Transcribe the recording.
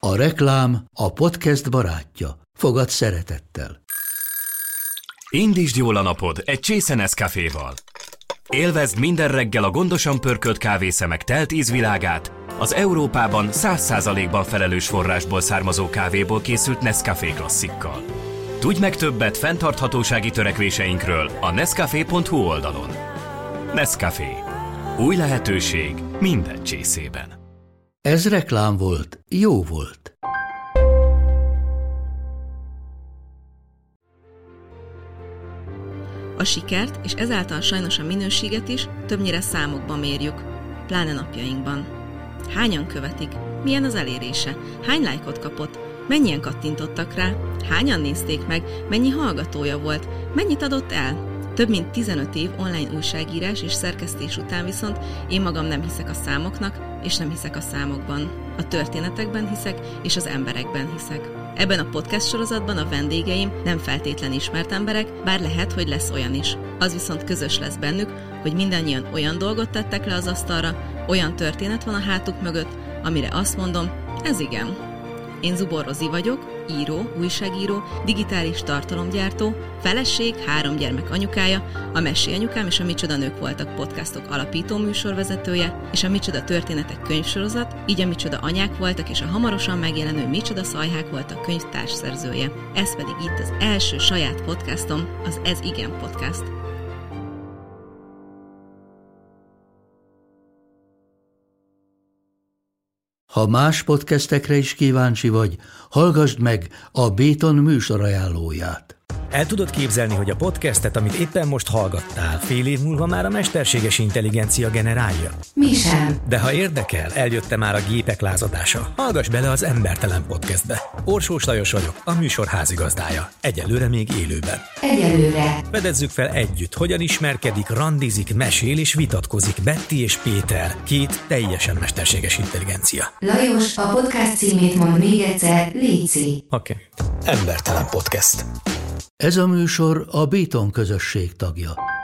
A reklám a podcast barátja. Fogad szeretettel. Indítsd jól a napod egy csésze Nescaféval. Élvezd minden reggel a gondosan pörkölt kávészemek telt ízvilágát, az Európában 100%-ban felelős forrásból származó kávéból készült Nescafé klasszikkal. Tudj meg többet fenntarthatósági törekvéseinkről a nescafé.hu oldalon. Nescafé. Új lehetőség minden csészében. Ez reklám volt, jó volt. A sikert és ezáltal sajnos a minőséget is többnyire számokban mérjük, pláne napjainkban. Hányan követik? Milyen az elérése? Hány lájkot kapott? Mennyien kattintottak rá? Hányan nézték meg? Mennyi hallgatója volt? Mennyit adott el? Több mint 15 év online újságírás és szerkesztés után viszont én magam nem hiszek a számoknak, és nem hiszek a számokban. A történetekben hiszek, és az emberekben hiszek. Ebben a podcast sorozatban a vendégeim nem feltétlen ismert emberek, bár lehet, hogy lesz olyan is. Az viszont közös lesz bennük, hogy mindannyian olyan dolgot tettek le az asztalra, olyan történet van a hátuk mögött, amire azt mondom, ez igen. Én Zubor Rozi vagyok, író, újságíró, digitális tartalomgyártó, feleség, 3 gyermek anyukája, a Mesélyanyukám és a Micsoda Nők Voltak podcastok alapító műsorvezetője, és a Micsoda Történetek könyvsorozat, így a Micsoda Anyák Voltak és a hamarosan megjelenő Micsoda Szajhák Voltak könyv társszerzője. Ez pedig itt az első saját podcastom, az Ez igen podcast. Ha más podcastekre is kíváncsi vagy, hallgassd meg a Béton műsorajánlóját. El tudod képzelni, hogy a podcastet, amit éppen most hallgattál, fél év múlva már a mesterséges intelligencia generálja? Mi sem. De ha érdekel, eljött már a gépek lázadása. Hallgass bele az Embertelen podcastbe. Orsós Lajos vagyok, a műsor házigazdája. Egyelőre még élőben. Egyelőre. Fedezzük fel együtt, hogyan ismerkedik, randizik, mesél és vitatkozik Betty és Péter, 2 teljesen mesterséges intelligencia. Lajos, a podcast címét mond még egyszer, léci. Oké. Embertelen podcast. Ez a műsor a Béton közösség tagja.